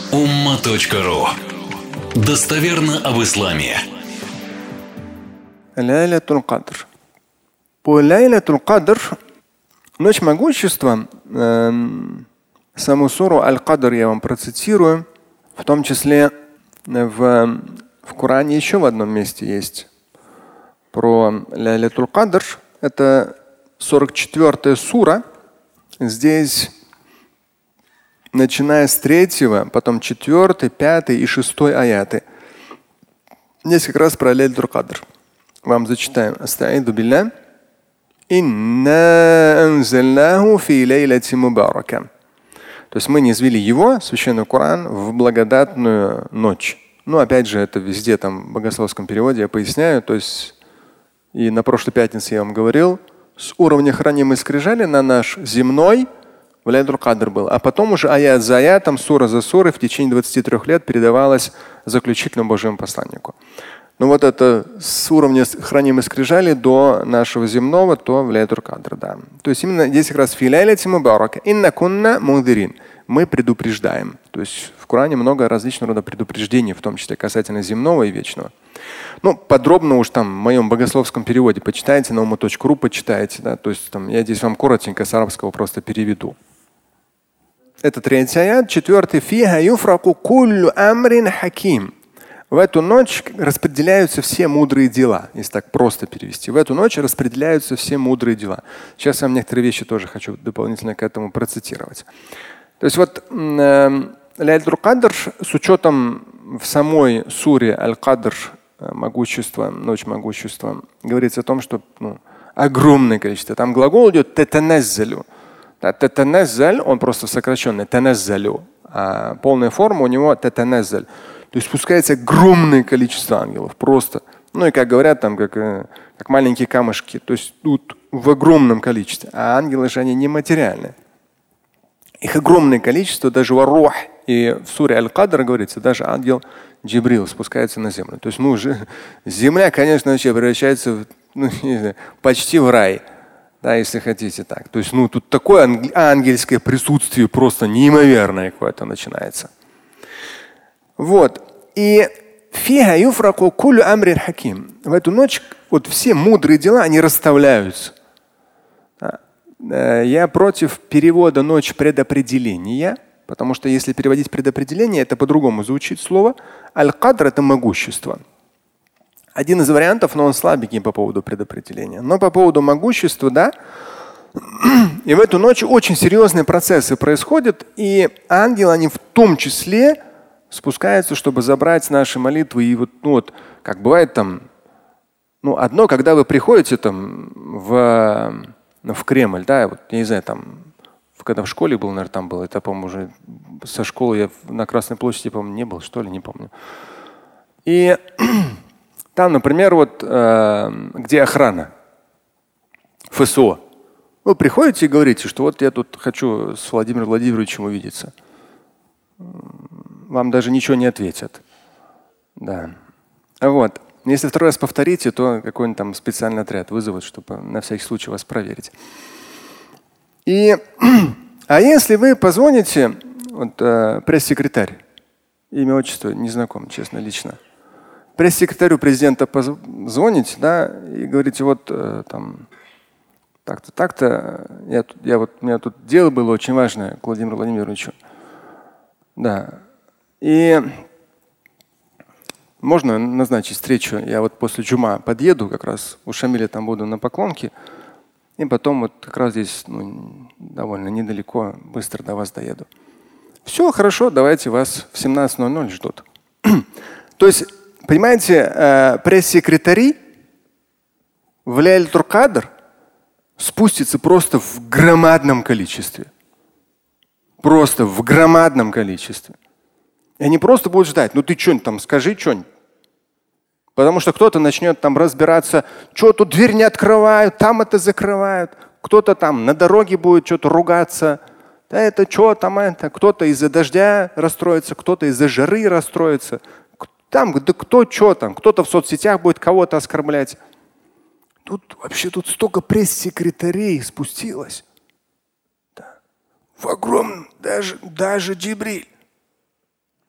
umma.ru. Достоверно об исламе. Ляйлятуль Кадр. По Ляйлятуль Кадр, ночь могущества, саму суру Аль-Кадр я вам процитирую, в том числе в Коране еще в одном месте есть про Ляйлятуль Кадр. Это 44-я сура. Здесь, начиная с 3-го, потом 4-й, 5-й и 6-й аяты. Здесь как раз про Ляйлятуль Кадр. Вам зачитаем. Астаиду билля. Инна анзальнаху фи лейлати мубарака. То есть мы низвели его, священный Коран, в благодатную ночь. Ну, опять же, это везде там в богословском переводе я поясняю. То есть и на прошлой пятнице я вам говорил, с уровня хранимой скрижали на наш земной в Ляйлятуль Кадр был. А потом уже аят за аятом, сура за сурой в течение 23 лет передавалось заключительному Божьему посланнику. Ну вот это с уровня хранимой скрижали до нашего земного, то в Ляйлятуль Кадр. Да. То есть именно здесь как раз фи лейлати мубарака. Инна кунна мундирин. Мы предупреждаем. То есть в Коране много различного рода предупреждений, в том числе касательно земного и вечного. Ну, подробно уж там в моем богословском переводе почитайте, на umma.ru почитайте. Да? То есть там, я здесь вам коротенько с арабского просто переведу. Это 3-й аят. 4-й. Фиха юфраку куллю амрин хаким. В эту ночь распределяются все мудрые дела, если так просто перевести. В эту ночь распределяются все мудрые дела. Сейчас я вам некоторые вещи тоже хочу дополнительно к этому процитировать. То есть вот Ляйлятуль Кадр с учетом в самой суре Аль-Кадр могущество, ночь могущества, говорится о том, что огромное количество. Там глагол идет татаназзалю. Татаназзаль, он просто сокращенный, таназзалю. А полная форма у него татаназзаль. То есть спускается огромное количество ангелов. Просто. Ну и как говорят, там, как маленькие камушки. То есть тут в огромном количестве. А ангелы же они нематериальные. Их огромное количество, даже в Ар-Рух и в суре Аль-Кадр говорится, даже ангел Джибрил спускается на землю. То есть земля, конечно, вообще превращается почти в рай. Да, если хотите так. То есть тут такое ангельское присутствие просто неимоверное какое-то начинается. Вот. И фиха юфраку куллю амрин хаким. В эту ночь вот все мудрые дела, они расставляются. Я против перевода «ночь предопределения», потому что если переводить предопределение, это по-другому звучит слово. Аль-Кадр – это могущество. Один из вариантов, но он слабенький по поводу предопределения. Но по поводу могущества, да. И в эту ночь очень серьезные процессы происходят, и ангелы, они в том числе спускаются, чтобы забрать наши молитвы. И вот как бывает там, одно, когда вы приходите там в Кремль, да, вот, я не знаю, там, когда в школе был, наверное, там был, это, по-моему, уже со школы я на Красной площади, по-моему, не был, что ли, не помню. И там, например, где охрана, ФСО. Вы приходите и говорите, что вот я тут хочу с Владимиром Владимировичем увидеться. Вам даже ничего не ответят. Да. Вот. Если второй раз повторите, то какой-нибудь там специальный отряд вызовут, чтобы на всякий случай вас проверить. А если вы позвоните, пресс-секретарь, имя, отчество не знаком, честно, лично. Пресс-секретарю президента позвоните, да, и говорите, там так-то, так-то, у меня тут дело было очень важное к Владимиру Владимировичу. Да. И можно назначить встречу. Я после джума подъеду, как раз у Шамиля там буду на поклонке. И потом как раз здесь довольно недалеко, быстро до вас доеду. Все, хорошо, давайте вас в 17:00 ждут. То есть, понимаете, пресс-секретари в Ляйлятуль Кадр спустятся просто в громадном количестве. Просто в громадном количестве. И они просто будут ждать. Ты что-нибудь там скажи, что-нибудь. Потому что кто-то начнет там разбираться, что тут дверь не открывают, там это закрывают. Кто-то там на дороге будет что-то ругаться. Да это что там это? Кто-то из-за дождя расстроится, кто-то из-за жары расстроится. Там, да кто что там, кто-то в соцсетях будет кого-то оскорблять. Тут столько пресс-секретарей спустилось. Да. В огромном, даже Джибриль.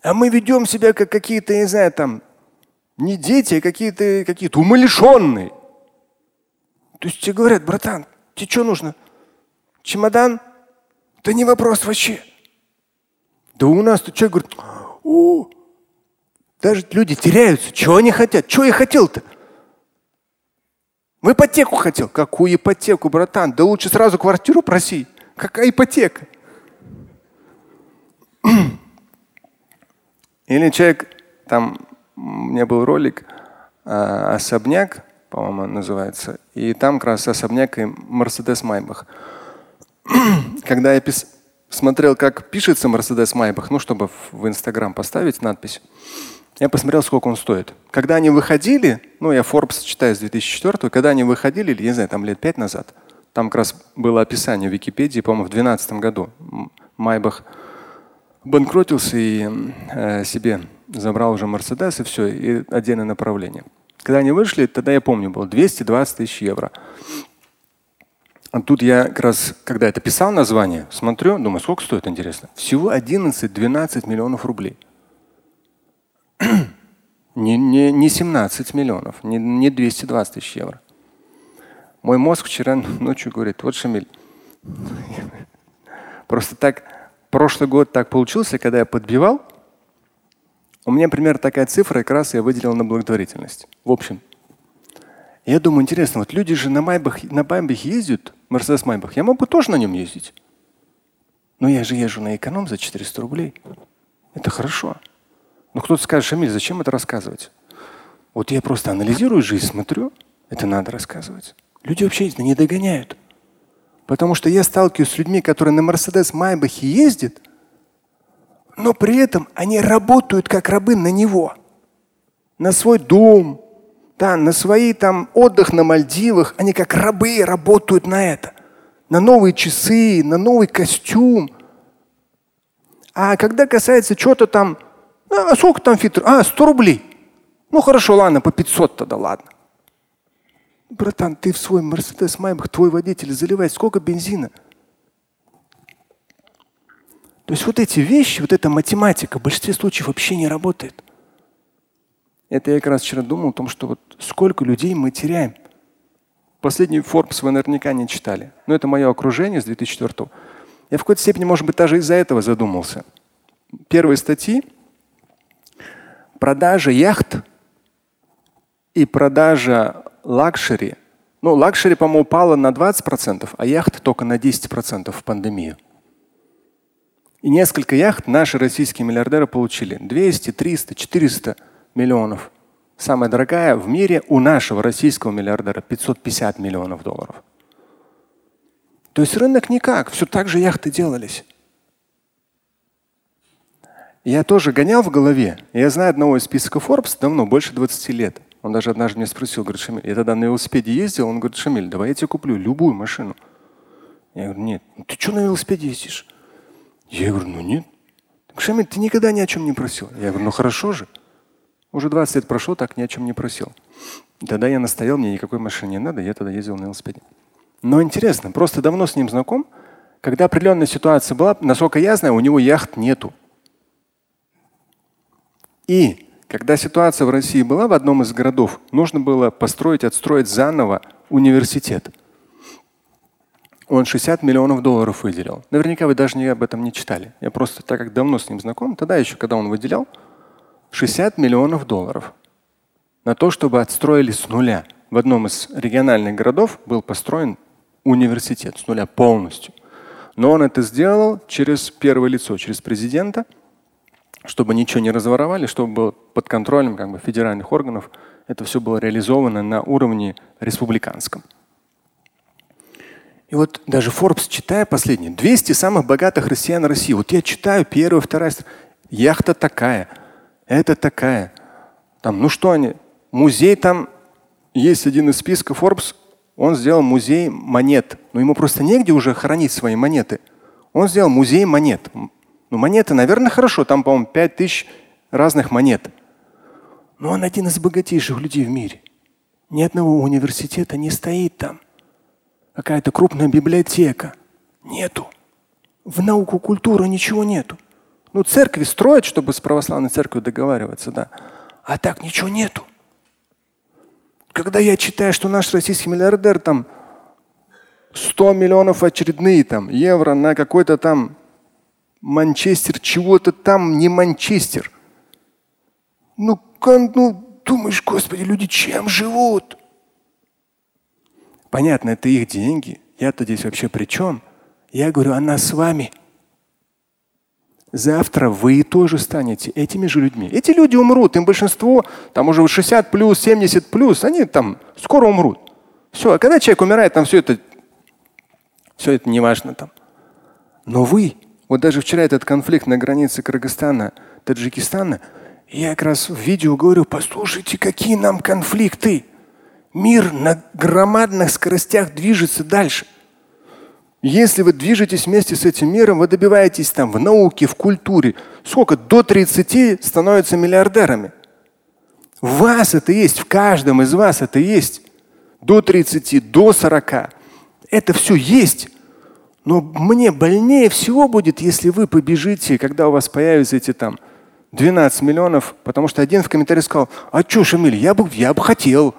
А мы ведем себя как какие-то, не знаю, там, не дети, а какие-то умалишенные. То есть тебе говорят: братан, тебе что нужно? Чемодан? Да не вопрос вообще. Да у нас тут человек говорит: даже люди теряются. Чего они хотят? Чего я хотел-то? В ипотеку хотел. Какую ипотеку, братан? Да лучше сразу квартиру проси. Какая ипотека? Или человек, там у меня был ролик «Особняк», по-моему, называется, и там как раз особняк и Мерседес Майбах. Когда я смотрел, как пишется Мерседес Майбах, чтобы в Инстаграм поставить надпись, я посмотрел, сколько он стоит. Когда они выходили, я Forbes читаю с 2004, когда они выходили, или, не знаю, там лет 5 назад, там как раз было описание в Википедии, по-моему, в 2012 году. Майбах банкротился и себе забрал уже Мерседес, и все, и отдельное направление. Когда они вышли, тогда я помню, было 220 тысяч евро. А тут я как раз, когда это писал название, смотрю, думаю, сколько стоит, интересно. Всего 11-12 миллионов рублей. Не 17 миллионов, не 220 тысяч евро. Мой мозг вчера ночью говорит: вот, Шамиль, просто так, прошлый год так получился, когда я подбивал, у меня примерно такая цифра, как раз я выделил на благотворительность. В общем, я думаю, интересно, вот люди же на Майбахе ездят, Мерседес Майбах, я могу тоже на нем ездить. Но я же езжу на эконом за 400 рублей. Это хорошо. Но кто-то скажет: Шамиль, зачем это рассказывать? Вот я просто анализирую жизнь, смотрю, это надо рассказывать. Люди вообще не догоняют. Потому что я сталкиваюсь с людьми, которые на Мерседес Майбахе ездят, но при этом они работают как рабы на него. На свой дом, да, на свой там отдых на Мальдивах. Они как рабы работают на это. На новые часы, на новый костюм. А когда касается чего-то там, сколько там фильтр? 100 рублей. Ну хорошо, ладно, по 500 тогда, ладно. Братан, ты в свой Мерседес Майбах, твой водитель заливает сколько бензина? То есть вот эти вещи, вот эта математика в большинстве случаев вообще не работает. Это я как раз вчера думал о том, что вот сколько людей мы теряем. Последний Forbes вы наверняка не читали. Но это мое окружение с 2004. Я в какой-то степени, может быть, даже из-за этого задумался. Первые статьи: продажа яхт и продажа лакшери. Лакшери, по-моему, упала на 20%, а яхты только на 10% в пандемию. И несколько яхт наши российские миллиардеры получили. 200, 300, 400 миллионов. Самая дорогая в мире у нашего российского миллиардера 550 миллионов долларов. То есть рынок никак. Все так же яхты делались. Я тоже гонял в голове. Я знаю одного из списка Forbes давно, больше 20 лет. Он даже однажды меня спросил, говорит: Шамиль, я тогда на велосипеде ездил, он говорит: Шамиль, давай я тебе куплю любую машину. Я говорю: нет. Ты что на велосипеде ездишь? Я говорю: нет. Шамиль, ты никогда ни о чем не просил. Я говорю: хорошо же. Уже 20 лет прошло, так ни о чем не просил. Тогда я настоял, мне никакой машины не надо, я тогда ездил на велосипеде. Но интересно, просто давно с ним знаком, когда определенная ситуация была, насколько я знаю, у него яхт нету. И когда ситуация в России была в одном из городов, нужно было отстроить заново университет. Он 60 миллионов долларов выделил. Наверняка вы даже об этом не читали. Я просто, так как давно с ним знаком, тогда еще, когда он выделял, 60 миллионов долларов на то, чтобы отстроили с нуля. В одном из региональных городов был построен университет с нуля полностью. Но он это сделал через первое лицо, через президента, чтобы ничего не разворовали, чтобы было под контролем федеральных органов. Это все было реализовано на уровне республиканском. И вот даже Forbes, читая последние, 200 самых богатых россиян России. Вот я читаю первая, вторая, яхта такая, это такая. Там, музей там есть один из списков Forbes, он сделал музей монет. Но ему просто негде уже хранить свои монеты. Он сделал музей монет. Монеты, наверное, хорошо, там, по-моему, 5000 разных монет. Но он один из богатейших людей в мире. Ни одного университета не стоит там. Какая-то крупная библиотека. Нету. В науку, культуру ничего нету. Ну, церкви строят, чтобы с православной церковью договариваться, да. А так ничего нету. Когда я читаю, что наш российский миллиардер там 100 миллионов очередные там евро на какой-то там Манчестер, чего-то там не Манчестер. Ну, думаешь, Господи, люди чем живут? Понятно, это их деньги. Я-то здесь вообще при чем? Я говорю, она с вами. Завтра вы тоже станете этими же людьми. Эти люди умрут, им большинство, там уже 60 плюс, 70 плюс, они там скоро умрут. Все, а когда человек умирает, там все это не важно там. Но вы, вот даже вчера этот конфликт на границе Кыргызстана, Таджикистана, я как раз в видео говорю, послушайте, какие нам конфликты. Мир на громадных скоростях движется дальше. Если вы движетесь вместе с этим миром, вы добиваетесь там в науке, в культуре. Сколько? До 30 становятся миллиардерами. В вас это есть, в каждом из вас это есть. До 30, до 40. Это все есть. Но мне больнее всего будет, если вы побежите, когда у вас появятся эти там 12 миллионов, потому что один в комментариях сказал, а что, Шамиль, я бы хотел.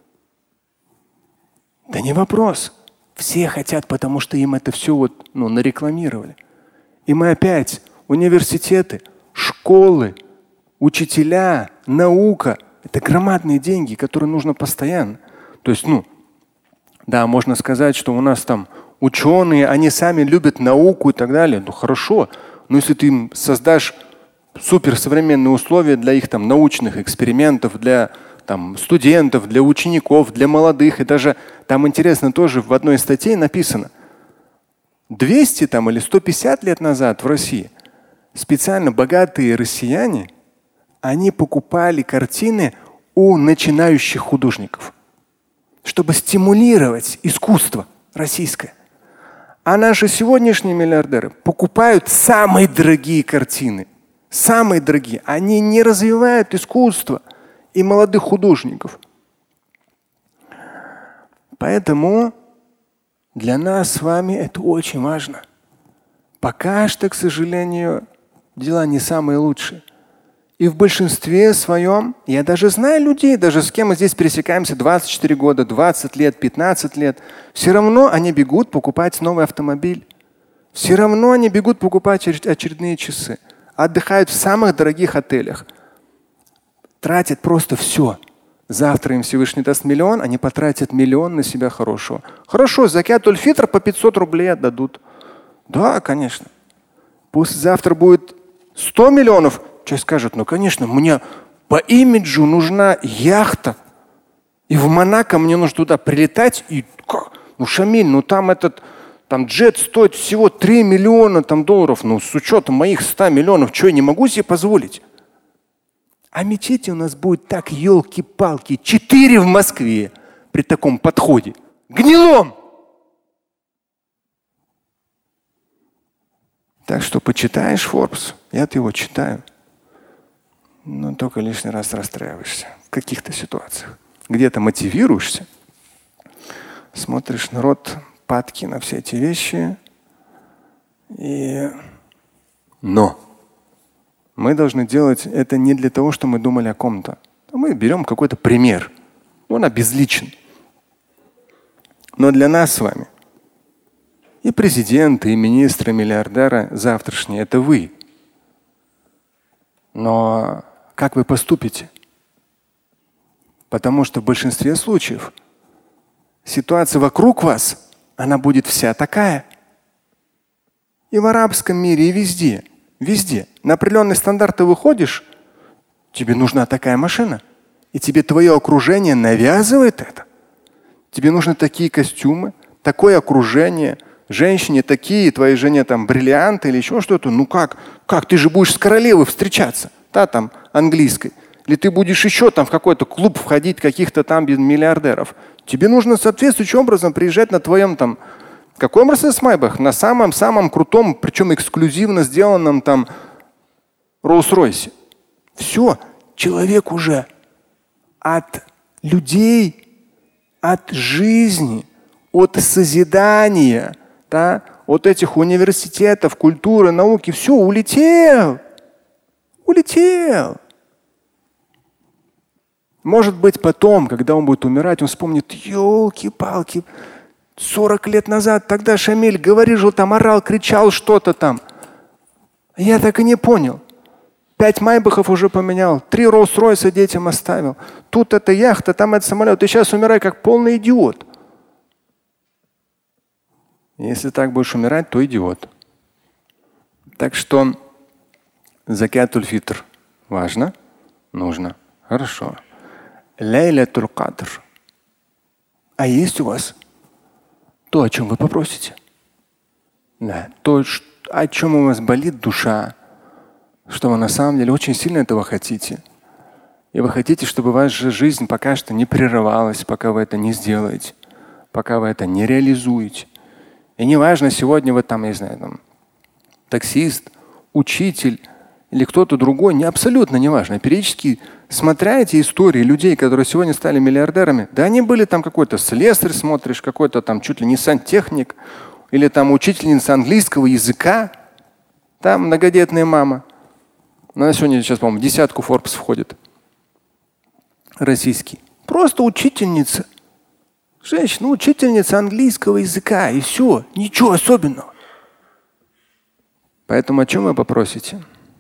Да не вопрос. Все хотят, потому что им это все нарекламировали. И мы опять, университеты, школы, учителя, наука – это громадные деньги, которые нужно постоянно. То есть, да, можно сказать, что у нас там ученые, они сами любят науку и так далее. Ну хорошо, но если ты им создашь суперсовременные условия для их там научных экспериментов, для там студентов, для учеников, для молодых. И даже там интересно тоже в одной из статей написано, 200 там, или 150 лет назад в России специально богатые россияне, они покупали картины у начинающих художников, чтобы стимулировать искусство российское. А наши сегодняшние миллиардеры покупают самые дорогие картины. Самые дорогие. Они не развивают искусство и молодых художников. Поэтому для нас с вами это очень важно. Пока что, к сожалению, дела не самые лучшие. И в большинстве своем, я даже знаю людей, даже с кем мы здесь пересекаемся 24 года, 20 лет, 15 лет, все равно они бегут покупать новый автомобиль. Все равно они бегут покупать очередные часы. Отдыхают в самых дорогих отелях. Тратят просто все. Завтра им Всевышний даст миллион, они потратят миллион на себя хорошего. Хорошо, закят уль-фитр по 500 рублей отдадут. Да, конечно. Послезавтра будет 100 миллионов. Человек скажет, ну конечно, мне по имиджу нужна яхта. И в Монако мне нужно туда прилетать. И ну Шамиль, там джет стоит всего 3 миллиона долларов. Ну с учетом моих 100 миллионов, что я не могу себе позволить? А мечети у нас будет так, елки-палки, 4 в Москве при таком подходе. Гнилом! Так что почитаешь Forbes, я-то его читаю. Но только лишний раз расстраиваешься в каких-то ситуациях. Где-то мотивируешься, смотришь народ падки на все эти вещи. Но мы должны делать это не для того, чтобы мы думали о ком-то. Мы берем какой-то пример. Он обезличен. Но для нас с вами и президенты, и министры, и миллиардеры завтрашние – это вы. Но как вы поступите? Потому что в большинстве случаев ситуация вокруг вас, она будет вся такая. И в арабском мире, и везде. Везде. На определенный стандарт ты выходишь, тебе нужна такая машина. И тебе твое окружение навязывает это. Тебе нужны такие костюмы, такое окружение. Женщине такие, твоей жене там бриллианты или еще что-то. Ну как? Как? Ты же будешь с королевой встречаться, да, там, английской. Или ты будешь еще там в какой-то клуб входить каких-то там миллиардеров. Тебе нужно соответствующим образом приезжать на твоем там, какой Mercedes Maybach? На самом-самом крутом, причем эксклюзивно сделанном там Rolls-Royce. Все, человек уже от людей, от жизни, от созидания, да, от этих университетов, культуры, науки, все, улетел. Улетел. Может быть, потом, когда он будет умирать, он вспомнит: елки-палки, 40 лет назад тогда Шамиль говорил, там орал, кричал что-то там. Я так и не понял. 5 майбахов уже поменял, 3 Роллс-Ройса детям оставил. Тут это яхта, там это самолет. Ты сейчас умирай как полный идиот. Если так будешь умирать, то идиот. Так что закатуль фитр важно, нужно. Хорошо. Лейлатуль кадр. А есть у вас то, о чем вы попросите? Да, то, о чем у вас болит душа, что вы на самом деле очень сильно этого хотите. И вы хотите, чтобы ваша жизнь пока что не прерывалась, пока вы это не сделаете, пока вы это не реализуете. И неважно, сегодня вы там, я не знаю, там, таксист, учитель или кто-то другой, не абсолютно неважно. Периодически, смотря эти истории людей, которые сегодня стали миллиардерами, да они были там какой-то слесарь, смотришь, какой-то там чуть ли не сантехник, или там учительница английского языка, там многодетная мама. Она сегодня сейчас, по-моему, в 10 Forbes входит. Российский. Просто учительница. Женщина, учительница английского языка. И все. Ничего особенного. Поэтому о чем вы попросите?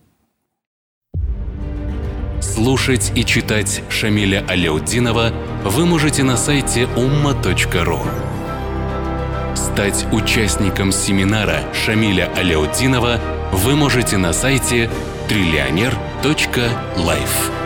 Слушать и читать Шамиля Аляутдинова вы можете на сайте umma.ru. Стать участником семинара Шамиля Аляутдинова вы можете на сайте trillioner.life.